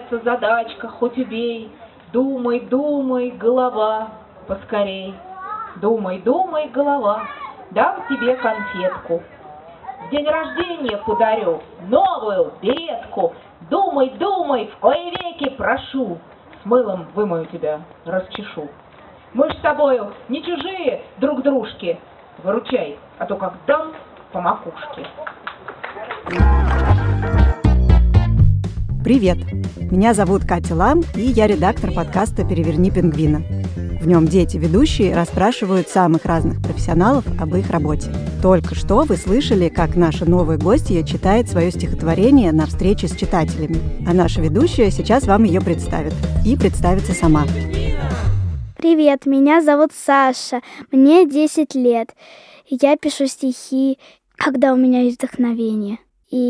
решается задачка, хоть убей. Думай, думай, голова, поскорей. Думай, думай, голова, дам тебе конфетку. В день рождения подарю новую беретку. Думай, думай, в кои веки прошу. С мылом вымою тебя, расчешу. Мы ж с тобою не чужие друг дружки. Выручай, а то как дам по макушке. Привет! Меня зовут Катя Лам, и я редактор подкаста «Переверни пингвина». В нем дети-ведущие расспрашивают самых разных профессионалов об их работе. Только что вы слышали, как наша новая гостья читает свое стихотворение на встрече с читателями. А наша ведущая сейчас вам ее представит. И представится сама. Привет, меня зовут Саша, мне 10 лет. Я пишу стихи, когда у меня есть вдохновение.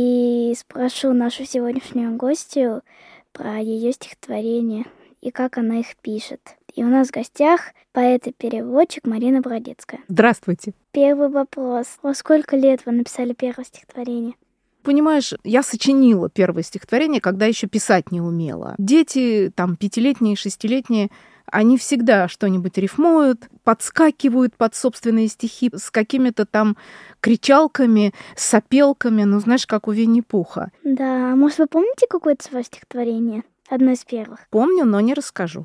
И спрошу нашу сегодняшнюю гостью про ее стихотворение и как она их пишет. И у нас в гостях поэт и переводчик Марина Бродецкая. Здравствуйте. Первый вопрос. Во сколько лет вы написали первое стихотворение? Понимаешь, я сочинила первое стихотворение, когда еще писать не умела. Дети, там, 5-летние, 6-летние, они всегда что-нибудь рифмуют, подскакивают под собственные стихи с какими-то там кричалками, сопелками, ну, знаешь, как у Винни-Пуха. Да, может, вы помните какое-то свое стихотворение? Одно из первых. Помню, но не расскажу.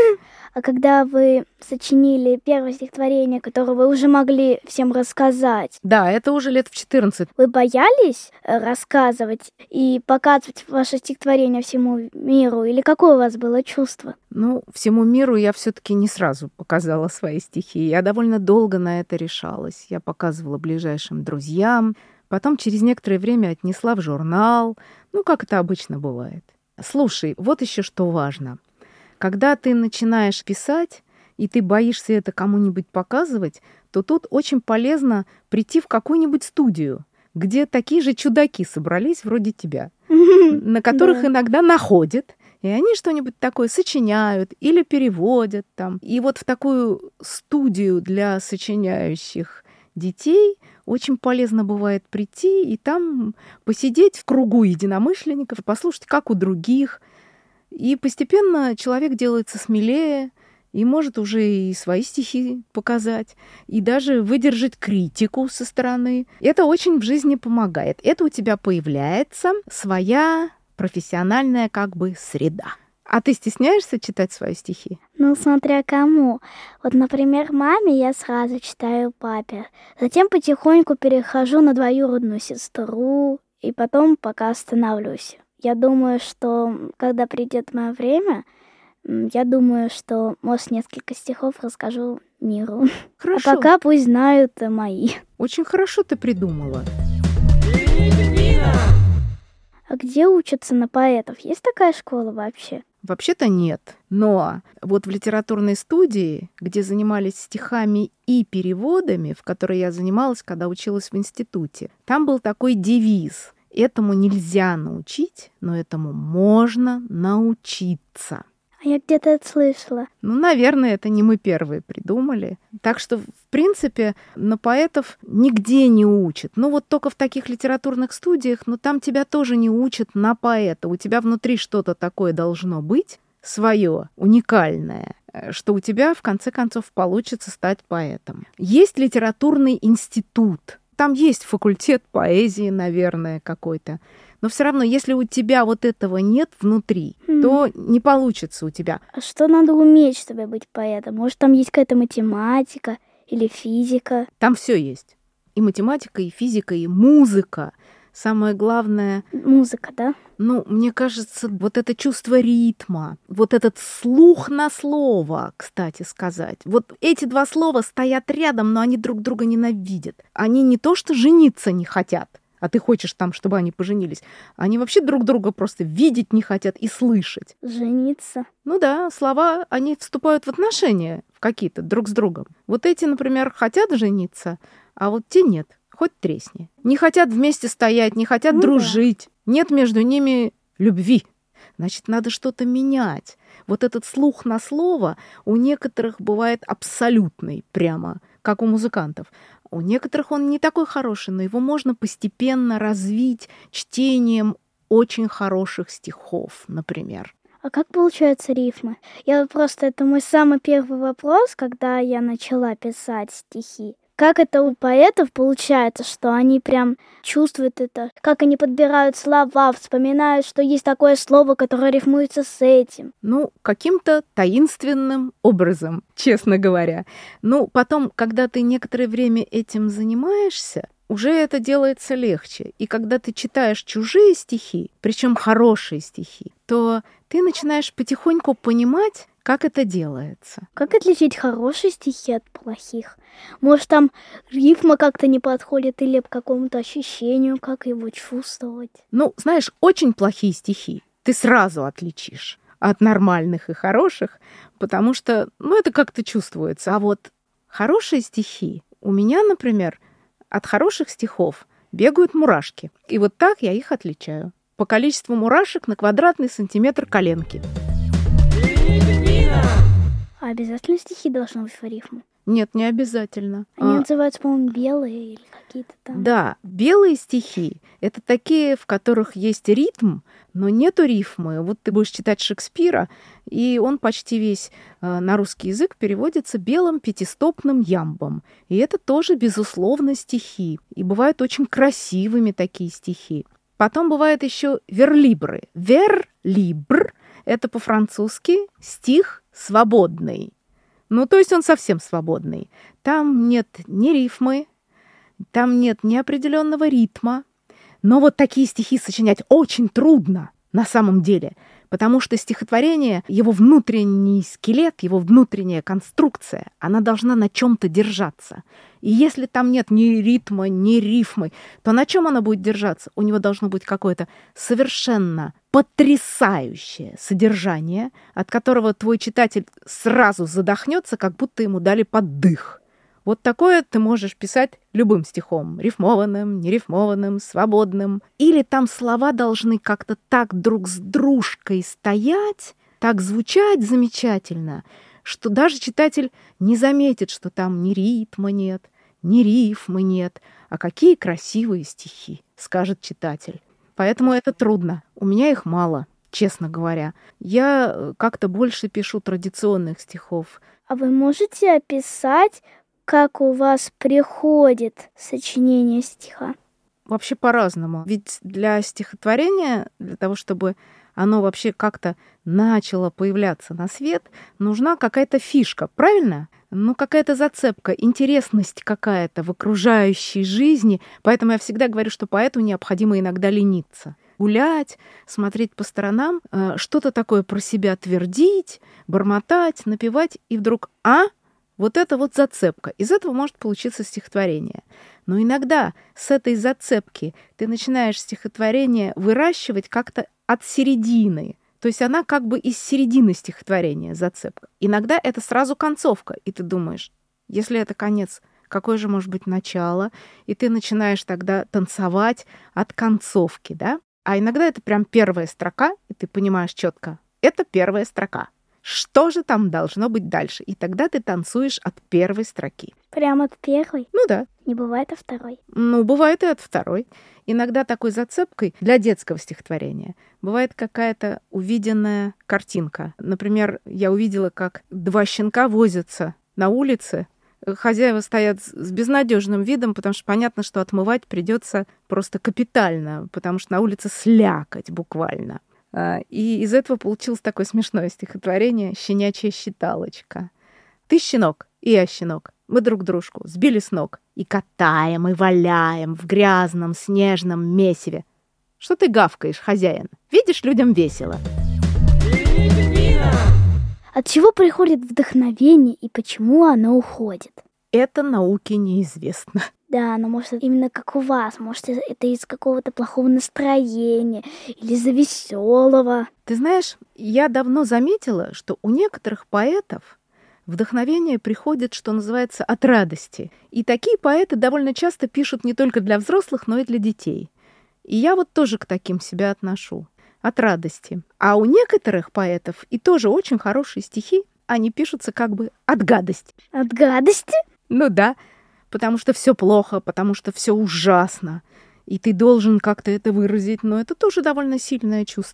А когда вы сочинили первое стихотворение, которое вы уже могли всем рассказать, Да, это уже лет в 14. вы боялись рассказывать и показывать ваше стихотворение всему миру? Или какое у вас было чувство? Ну, всему миру я все-таки не сразу показала свои стихи. Я довольно долго на это решалась. Я показывала ближайшим друзьям, потом через некоторое время отнесла в журнал. Ну, как это обычно бывает. Слушай, вот еще что важно. Когда ты начинаешь писать, и ты боишься это кому-нибудь показывать, то тут очень полезно прийти в какую-нибудь студию, где такие же чудаки собрались вроде тебя, на которых иногда находят, и они что-нибудь такое сочиняют или переводят там. И вот в такую студию для сочиняющих детей очень полезно бывает прийти и там посидеть в кругу единомышленников, послушать, как у других. И постепенно человек делается смелее и может уже и свои стихи показать, и даже выдержать критику со стороны. Это очень в жизни помогает. Это у тебя появляется своя профессиональная как бы среда. А ты стесняешься читать свои стихи? Ну, смотря кому. Вот, например, маме я сразу читаю папе. Затем потихоньку перехожу на двоюродную сестру, и потом пока остановлюсь. Я думаю, что когда придет мое время, я думаю, что, может, несколько стихов расскажу миру. Хорошо. А пока пусть знают мои. Очень хорошо ты придумала. А где учатся на поэтов? Есть такая школа вообще? Вообще-то нет. Но вот в литературной студии, где занимались стихами и переводами, в которой я занималась, когда училась в институте, там был такой девиз. Этому нельзя научить, но этому можно научиться. А я где-то это слышала. Ну, наверное, это не мы первые придумали. Так что, в принципе, на поэтов нигде не учат. Ну, вот только в таких литературных студиях, но там тебя тоже не учат на поэта. У тебя внутри что-то такое должно быть, свое, уникальное, что у тебя, в конце концов, получится стать поэтом. Есть литературный институт. Там есть факультет поэзии, наверное, какой-то. Но все равно, если у тебя вот этого нет внутри, то не получится у тебя. А что надо уметь, чтобы быть поэтом? Может, там есть какая-то математика или физика? Там все есть. И математика, и физика, и музыка. Самое главное... Музыка, да? Ну, мне кажется, вот это чувство ритма, вот этот слух на слово, кстати сказать. Вот эти два слова стоят рядом, но они друг друга ненавидят. Они не то что жениться не хотят, а ты хочешь там, чтобы они поженились. Они вообще друг друга просто видеть не хотят и слышать. Жениться. Ну да, слова, они вступают в отношения в какие-то друг с другом. Вот эти, например, хотят жениться, а вот те нет. Хоть тресни. Не хотят вместе стоять, не хотят дружить. Да. Нет между ними любви. Значит, надо что-то менять. Вот этот слух на слово у некоторых бывает абсолютный, прямо, как у музыкантов. У некоторых он не такой хороший, но его можно постепенно развить чтением очень хороших стихов, например. А как получаются рифмы? Это мой самый первый вопрос, когда я начала писать стихи. Как это у поэтов получается, что они прям чувствуют это? Как они подбирают слова, вспоминают, что есть такое слово, которое рифмуется с этим? Каким-то таинственным образом, честно говоря. Потом, когда ты некоторое время этим занимаешься, уже это делается легче. И когда ты читаешь чужие стихи, причем хорошие стихи, то ты начинаешь потихоньку понимать, как это делается. Как отличить хорошие стихи от плохих? Может, там рифма как-то не подходит или по какому-то ощущению, как его чувствовать? Знаешь, очень плохие стихи ты сразу отличишь от нормальных и хороших, потому что, это как-то чувствуется. А вот хорошие стихи, у меня, например, от хороших стихов бегают мурашки. И вот так я их отличаю. По количеству мурашек на квадратный сантиметр коленки. А обязательно стихи должны быть в рифму? Нет, не обязательно. Они называются, по-моему, белые или какие-то там. Да, белые стихи — это такие, в которых есть ритм, но нету рифмы. Вот ты будешь читать Шекспира, и он почти весь на русский язык переводится белым пятистопным ямбом. И это тоже, безусловно, стихи. И бывают очень красивыми такие стихи. Потом бывают еще верлибры. Верлибр — это по-французски стих свободный. То есть он совсем свободный. Там нет ни рифмы, там нет ни определенного ритма. Но вот такие стихи сочинять очень трудно на самом деле, потому что стихотворение, его внутренний скелет, его внутренняя конструкция, она должна на чем-то держаться. И если там нет ни ритма, ни рифмы, то на чем она будет держаться? У него должно быть какое-то совершенно потрясающее содержание, от которого твой читатель сразу задохнется, как будто ему дали поддых. Вот такое ты можешь писать любым стихом, рифмованным, нерифмованным, свободным. Или там слова должны как-то так друг с дружкой стоять, так звучать замечательно, что даже читатель не заметит, что там ни ритма нет, ни рифмы нет. А какие красивые стихи, скажет читатель. Поэтому это трудно. У меня их мало, честно говоря. Я как-то больше пишу традиционных стихов. А вы можете описать, как у вас приходит сочинение стиха? Вообще по-разному. Ведь для стихотворения, для того, чтобы оно вообще как-то начало появляться на свет, нужна какая-то фишка, правильно? Какая-то зацепка, интересность какая-то в окружающей жизни. Поэтому я всегда говорю, что поэту необходимо иногда лениться. Гулять, смотреть по сторонам, что-то такое про себя твердить, бормотать, напевать, и вдруг вот это вот зацепка. Из этого может получиться стихотворение. Но иногда с этой зацепки ты начинаешь стихотворение выращивать как-то от середины. То есть она как бы из середины стихотворения зацепка. Иногда это сразу концовка, и ты думаешь, если это конец, какое же может быть начало? И ты начинаешь тогда танцевать от концовки, да? А иногда это прям первая строка, и ты понимаешь четко, это первая строка. Что же там должно быть дальше? И тогда ты танцуешь от первой строки. Прямо от первой? Да. Не бывает от второй? Бывает и от второй. Иногда такой зацепкой для детского стихотворения бывает какая-то увиденная картинка. Например, я увидела, как два щенка возятся на улице. Хозяева стоят с безнадежным видом, потому что понятно, что отмывать придется просто капитально, потому что на улице слякоть буквально. И из этого получилось такое смешное стихотворение «Щенячья считалочка». Ты щенок, и я щенок. Мы друг дружку сбили с ног и катаем, и валяем в грязном снежном месиве. Что ты гавкаешь, хозяин? Видишь, людям весело. От чего приходит вдохновение и почему оно уходит? Это науке неизвестно. Да, но может именно как у вас, может это из какого-то плохого настроения или из-за веселого. Ты знаешь, я давно заметила, что у некоторых поэтов вдохновение приходит, что называется, от радости. И такие поэты довольно часто пишут не только для взрослых, но и для детей. И я вот тоже к таким себя отношу. От радости. А у некоторых поэтов и тоже очень хорошие стихи, они пишутся как бы от гадости. От гадости? Да, потому что все плохо, потому что все ужасно. И ты должен как-то это выразить, но это тоже довольно сильное чувство.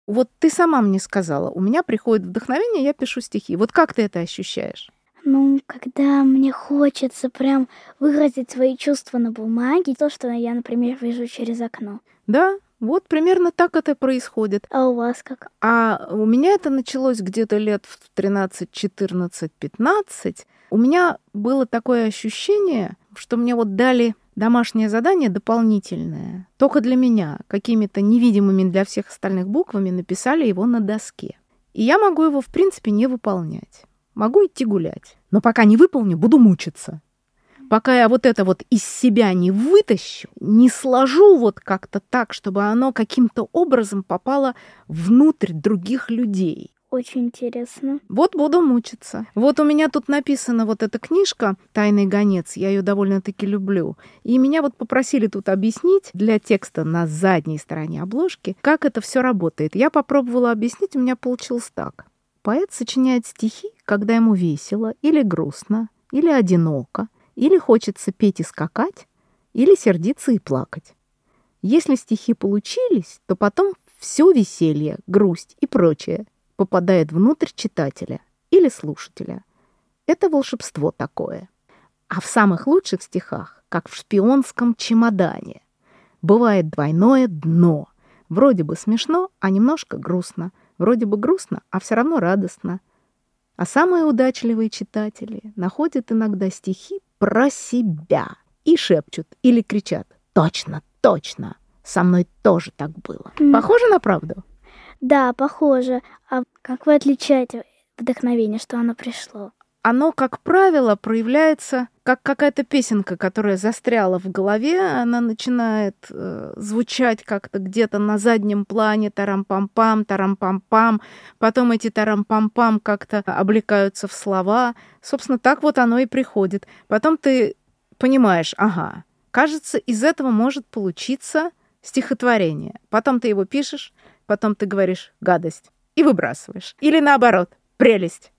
Вот ты сама мне сказала, у меня приходит вдохновение, я пишу стихи. Вот как ты это ощущаешь? Ну, когда мне хочется прям выразить свои чувства на бумаге, то, что я, например, вижу через окно. Да, вот примерно так это происходит. А у вас как? А у меня это началось где-то лет в 13, 14, 15. У меня было такое ощущение, что мне вот дали домашнее задание дополнительное, только для меня, какими-то невидимыми для всех остальных буквами написали его на доске. И я могу его, в принципе, не выполнять. Могу идти гулять. Но пока не выполню, буду мучиться. Пока я вот это вот из себя не вытащу, не сложу вот как-то так, чтобы оно каким-то образом попало внутрь других людей. Очень интересно. Вот буду мучиться. Вот у меня тут написана вот эта книжка «Тайный гонец». Я ее довольно-таки люблю. И меня вот попросили тут объяснить для текста на задней стороне обложки, как это все работает. Я попробовала объяснить, у меня получилось так. Поэт сочиняет стихи, когда ему весело или грустно, или одиноко, или хочется петь и скакать, или сердиться и плакать. Если стихи получились, то потом все веселье, грусть и прочее попадает внутрь читателя или слушателя. Это волшебство такое. А в самых лучших стихах, как в «Шпионском чемодане», бывает двойное дно. Вроде бы смешно, а немножко грустно. Вроде бы грустно, а все равно радостно. А самые удачливые читатели находят иногда стихи про себя и шепчут или кричат: «Точно, точно, со мной тоже так было». Похоже на правду? Да, похоже. А как вы отличаете вдохновение, что оно пришло? Оно, как правило, проявляется как какая-то песенка, которая застряла в голове, она начинает звучать как-то где-то на заднем плане, тарам-пам-пам, тарам-пам-пам, потом эти тарам-пам-пам как-то облекаются в слова. Собственно, так вот оно и приходит. Потом ты понимаешь, ага, кажется, из этого может получиться стихотворение. Потом ты его пишешь, потом ты говоришь «гадость» и выбрасываешь. Или наоборот, «прелесть».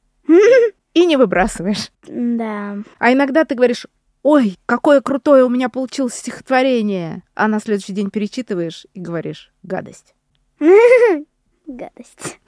И не выбрасываешь. Да. А иногда ты говоришь: «Ой, какое крутое у меня получилось стихотворение!» А на следующий день перечитываешь и говоришь: «гадость». Гадость.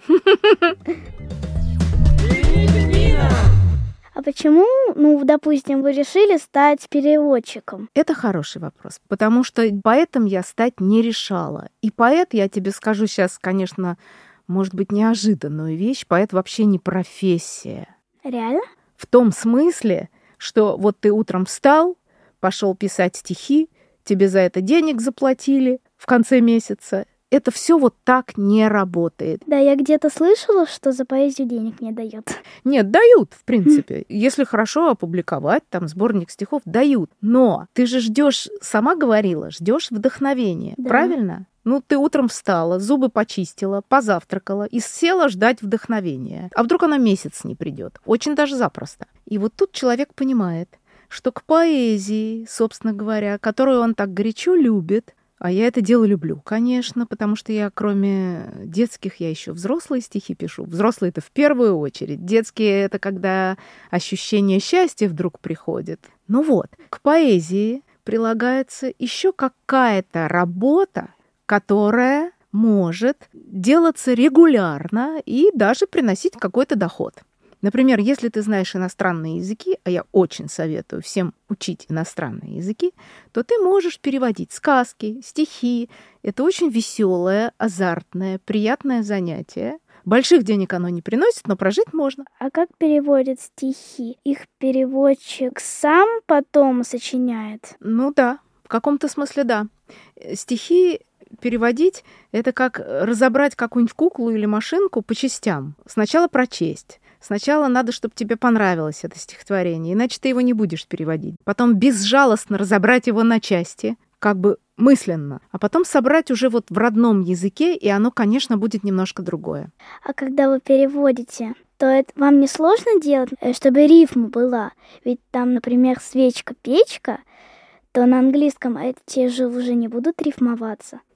А почему, допустим, вы решили стать переводчиком? Это хороший вопрос, потому что поэтом я стать не решала. И поэт, я тебе скажу сейчас, конечно, может быть, неожиданную вещь, поэт вообще не профессия. Реально? В том смысле, что вот ты утром встал, пошел писать стихи, тебе за это денег заплатили в конце месяца. Это все вот так не работает. Да, я где-то слышала, что за поэзию денег не дают. Нет, дают, в принципе. Если хорошо опубликовать, там, сборник стихов, дают. Но ты же ждешь, сама говорила, ждешь вдохновения. Да. Правильно? Ты утром встала, зубы почистила, позавтракала и села ждать вдохновения. А вдруг оно месяц не придет? Очень даже запросто. И вот тут человек понимает, что к поэзии, собственно говоря, которую он так горячо любит, а я это дело люблю, конечно, потому что я, кроме детских, я еще взрослые стихи пишу. Взрослые — это в первую очередь. Детские — это когда ощущение счастья вдруг приходит. К поэзии прилагается еще какая-то работа, которая может делаться регулярно и даже приносить какой-то доход. Например, если ты знаешь иностранные языки, а я очень советую всем учить иностранные языки, то ты можешь переводить сказки, стихи. Это очень веселое, азартное, приятное занятие. Больших денег оно не приносит, но прожить можно. А как переводят стихи? Их переводчик сам потом сочиняет? Да, в каком-то смысле да. Стихи переводить — это как разобрать какую-нибудь куклу или машинку по частям. Сначала прочесть. Сначала надо, чтобы тебе понравилось это стихотворение, иначе ты его не будешь переводить. Потом безжалостно разобрать его на части, как бы мысленно, а потом собрать уже вот в родном языке, и оно, конечно, будет немножко другое. А когда вы переводите, то это вам не сложно делать, чтобы рифма была? Ведь там, например, свечка, печка, то на английском эти же уже не будут рифмоваться.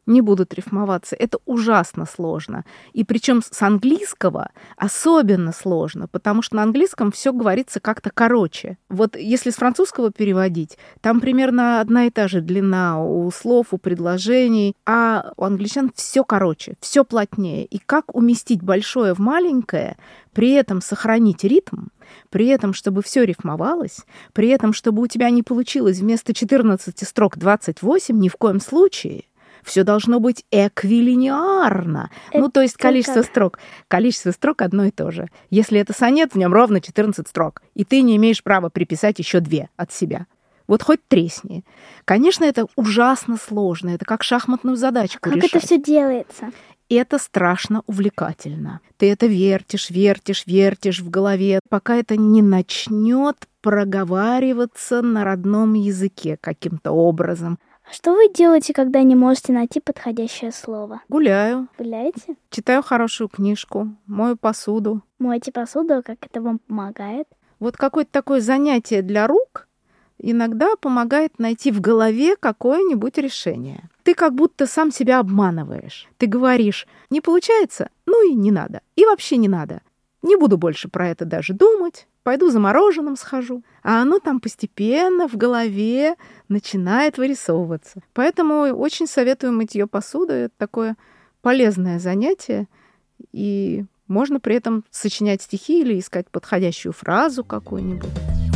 не будут рифмоваться. Это ужасно сложно. И причем с английского особенно сложно, потому что на английском все говорится как-то короче. Вот если с французского переводить, там примерно одна и та же длина у слов, у предложений, а у англичан все короче, все плотнее. И как уместить большое в маленькое, при этом сохранить ритм, при этом, чтобы все рифмовалось, при этом, чтобы у тебя не получилось вместо 14 строк 28, ни в коем случае. Все должно быть эквилинеарно. То есть количество строк. Количество строк одно и то же. Если это сонет, в нем ровно 14 строк. И ты не имеешь права приписать еще 2 от себя. Вот хоть тресни. Конечно, это ужасно сложно. Это как шахматную задачку решать. Как это все делается? Это страшно увлекательно. Ты это вертишь в голове, пока это не начнет проговариваться на родном языке каким-то образом. Что вы делаете, когда не можете найти подходящее слово? Гуляю. Гуляете? Читаю хорошую книжку, мою посуду. Моете посуду, как это вам помогает? Вот какое-то такое занятие для рук иногда помогает найти в голове какое-нибудь решение. Ты как будто сам себя обманываешь. Ты говоришь, не получается? Ну и не надо. И вообще не надо. Не буду больше про это даже думать. Пойду за мороженым схожу. А оно там постепенно в голове начинает вырисовываться. Поэтому очень советую мытье посуды. Это такое полезное занятие. И можно при этом сочинять стихи или искать подходящую фразу какую-нибудь.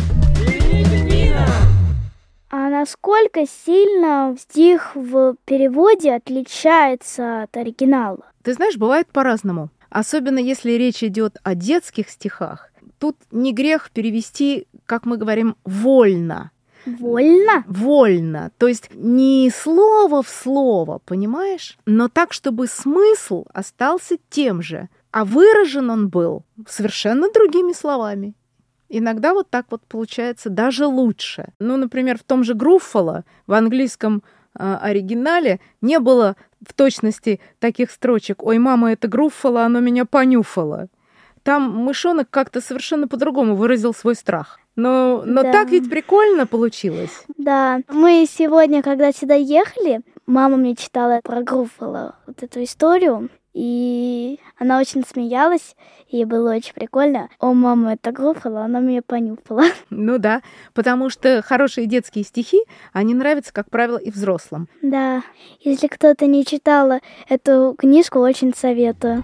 А насколько сильно стих в переводе отличается от оригинала? Ты знаешь, бывает по-разному. Особенно если речь идет о детских стихах. Тут не грех перевести, как мы говорим, вольно. Вольно? Вольно. То есть не слово в слово, понимаешь? Но так, чтобы смысл остался тем же, а выражен он был совершенно другими словами. Иногда вот так вот получается даже лучше. Например, в том же Груффало в английском оригинале не было в точности таких строчек «Ой, мама, это Груффало, оно меня понюфало». Там мышонок как-то совершенно по-другому выразил свой страх. Но Да. Так ведь прикольно получилось. Да. Мы сегодня, когда сюда ехали, мама мне читала про Груффало вот эту историю, и она очень смеялась, и ей было очень прикольно. О, мама, это Груффало, она меня понюхала. Ну да, потому что хорошие детские стихи, они нравятся, как правило, и взрослым. Да. Если кто-то не читал эту книжку, очень советую.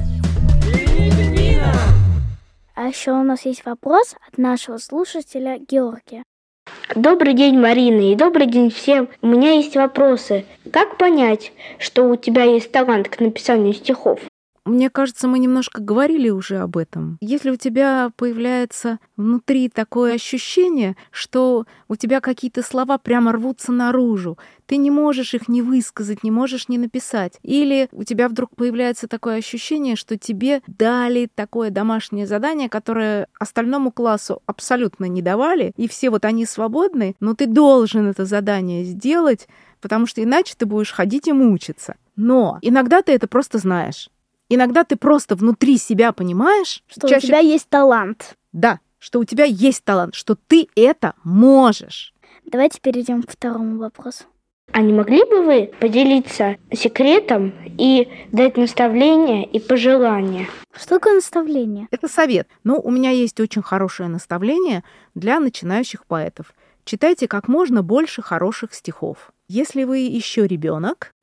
А еще у нас есть вопрос от нашего слушателя Георгия. Добрый день, Марина, и добрый день всем. У меня есть вопросы. Как понять, что у тебя есть талант к написанию стихов? Мне кажется, мы немножко говорили уже об этом. Если у тебя появляется внутри такое ощущение, что у тебя какие-то слова прямо рвутся наружу, ты не можешь их не высказать, не можешь не написать. Или у тебя вдруг появляется такое ощущение, что тебе дали такое домашнее задание, которое остальному классу абсолютно не давали, и все вот они свободны, но ты должен это задание сделать, потому что иначе ты будешь ходить и мучиться. Но иногда ты это просто знаешь. Иногда ты просто внутри себя понимаешь, что у тебя есть талант. Да, что у тебя есть талант, что ты это можешь. Давайте перейдем к второму вопросу. А не могли бы вы поделиться секретом и дать наставления и пожелания? Что такое наставление? Это совет. У меня есть очень хорошее наставление для начинающих поэтов. Читайте как можно больше хороших стихов. Если вы еще ребенок,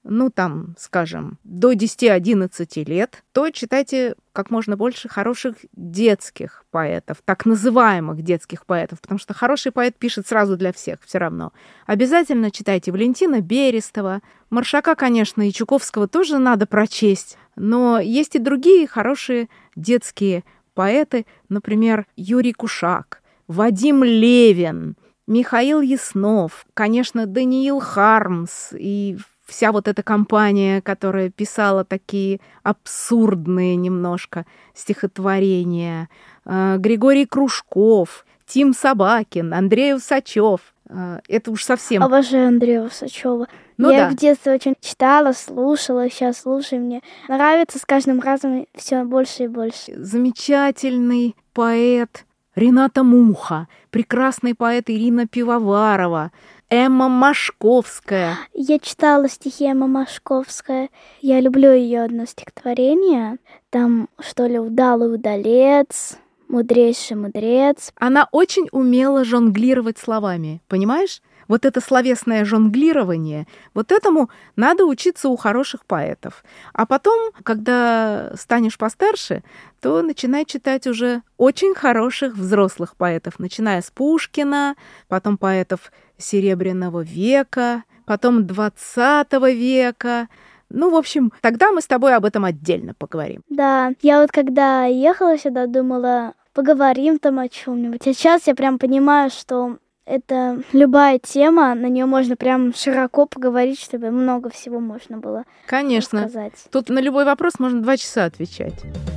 скажем, до 10-11 лет, то читайте как можно больше хороших детских поэтов, так называемых детских поэтов, потому что хороший поэт пишет сразу для всех все равно. Обязательно читайте Валентина Берестова, Маршака, конечно, и Чуковского тоже надо прочесть, но есть и другие хорошие детские поэты, например, Юрий Кушак, Вадим Левин, Михаил Яснов, конечно, Даниил Хармс и вся вот эта компания, которая писала такие абсурдные немножко стихотворения. Григорий Кружков, Тим Собакин, Андрей Усачев. Это уж совсем... Обожаю Андрея Усачева. Я в детстве очень читала, слушала, сейчас слушаю. Мне нравится с каждым разом все больше и больше. Замечательный поэт Рената Муха, прекрасный поэт Ирина Пивоварова. Эмма Машковская. Я читала стихи Эммы Машковской. Я люблю ее одно стихотворение. Там, что ли, «Удалый удалец», «Мудрейший мудрец». Она очень умела жонглировать словами, понимаешь? Вот это словесное жонглирование, вот этому надо учиться у хороших поэтов. А потом, когда станешь постарше, то начинай читать уже очень хороших взрослых поэтов, начиная с Пушкина, потом поэтов Серебряного века, потом 20 века. Ну, в общем, тогда мы с тобой об этом отдельно поговорим. Да, я вот когда ехала сюда, думала, поговорим там о чем-нибудь. А сейчас я прям понимаю, что это любая тема, на нее можно прям широко поговорить, чтобы много всего можно было Конечно. рассказать. Тут на любой вопрос можно 2 часа отвечать.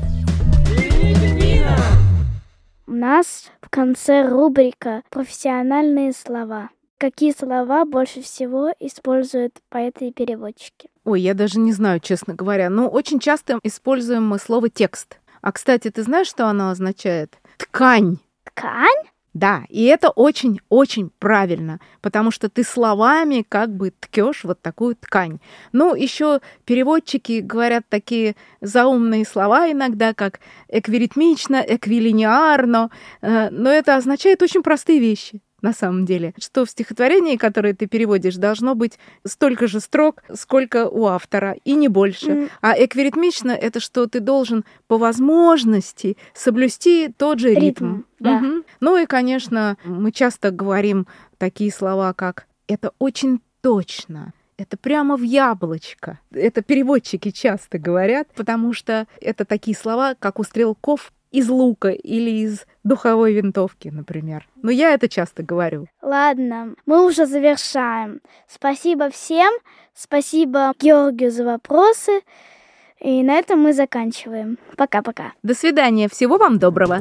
У нас в конце рубрика «Профессиональные слова». Какие слова больше всего используют поэты и переводчики? Ой, я даже не знаю, честно говоря. Но очень часто используем мы слово «текст». А, кстати, ты знаешь, что оно означает? Ткань. Ткань? Да, и это очень-очень правильно, потому что ты словами как бы ткешь вот такую ткань. Ну, еще переводчики говорят такие заумные слова иногда, как эквиритмично, эквилинеарно, но это означает очень простые вещи. На самом деле, что в стихотворении, которое ты переводишь, должно быть столько же строк, сколько у автора, и не больше. А эквиритмично — это что ты должен по возможности соблюсти тот же ритм. Да. Угу. Ну и, конечно, мы часто говорим такие слова, как «это очень точно», «это прямо в яблочко». Это переводчики часто говорят, потому что это такие слова, как у стрелков из лука или из духовой винтовки, например. Но я это часто говорю. Ладно, мы уже завершаем. Спасибо всем, спасибо Георгию за вопросы. И на этом мы заканчиваем. Пока-пока. До свидания, всего вам доброго.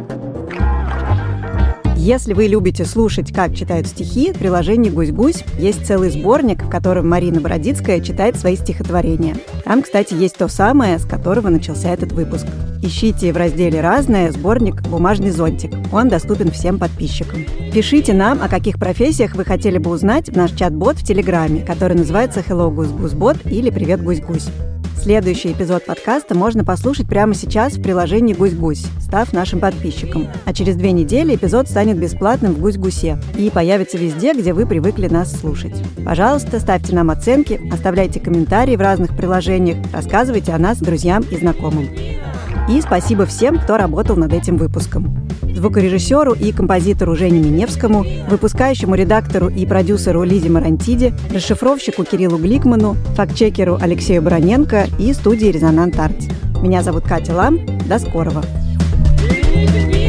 Если вы любите слушать, как читают стихи, в приложении «Гусь-гусь» есть целый сборник, в котором Марина Бородицкая читает свои стихотворения. Там, кстати, есть то самое, с которого начался этот выпуск. Ищите в разделе «Разное» сборник «Бумажный зонтик». Он доступен всем подписчикам. Пишите нам, о каких профессиях вы хотели бы узнать в наш чат-бот в Телеграме, который называется Hello Goose Goose Bot или Привет Гусь-гусь. Следующий эпизод подкаста можно послушать прямо сейчас в приложении «Гусь-гусь», став нашим подписчиком. А через 2 недели эпизод станет бесплатным в «Гусь-гусе» и появится везде, где вы привыкли нас слушать. Пожалуйста, ставьте нам оценки, оставляйте комментарии в разных приложениях, рассказывайте о нас друзьям и знакомым. И спасибо всем, кто работал над этим выпуском. Звукорежиссеру и композитору Жене Миневскому, выпускающему редактору и продюсеру Лизе Марантиде, расшифровщику Кириллу Гликману, фактчекеру Алексею Бароненко и студии «Резонант Артс». Меня зовут Катя Лам. До скорого!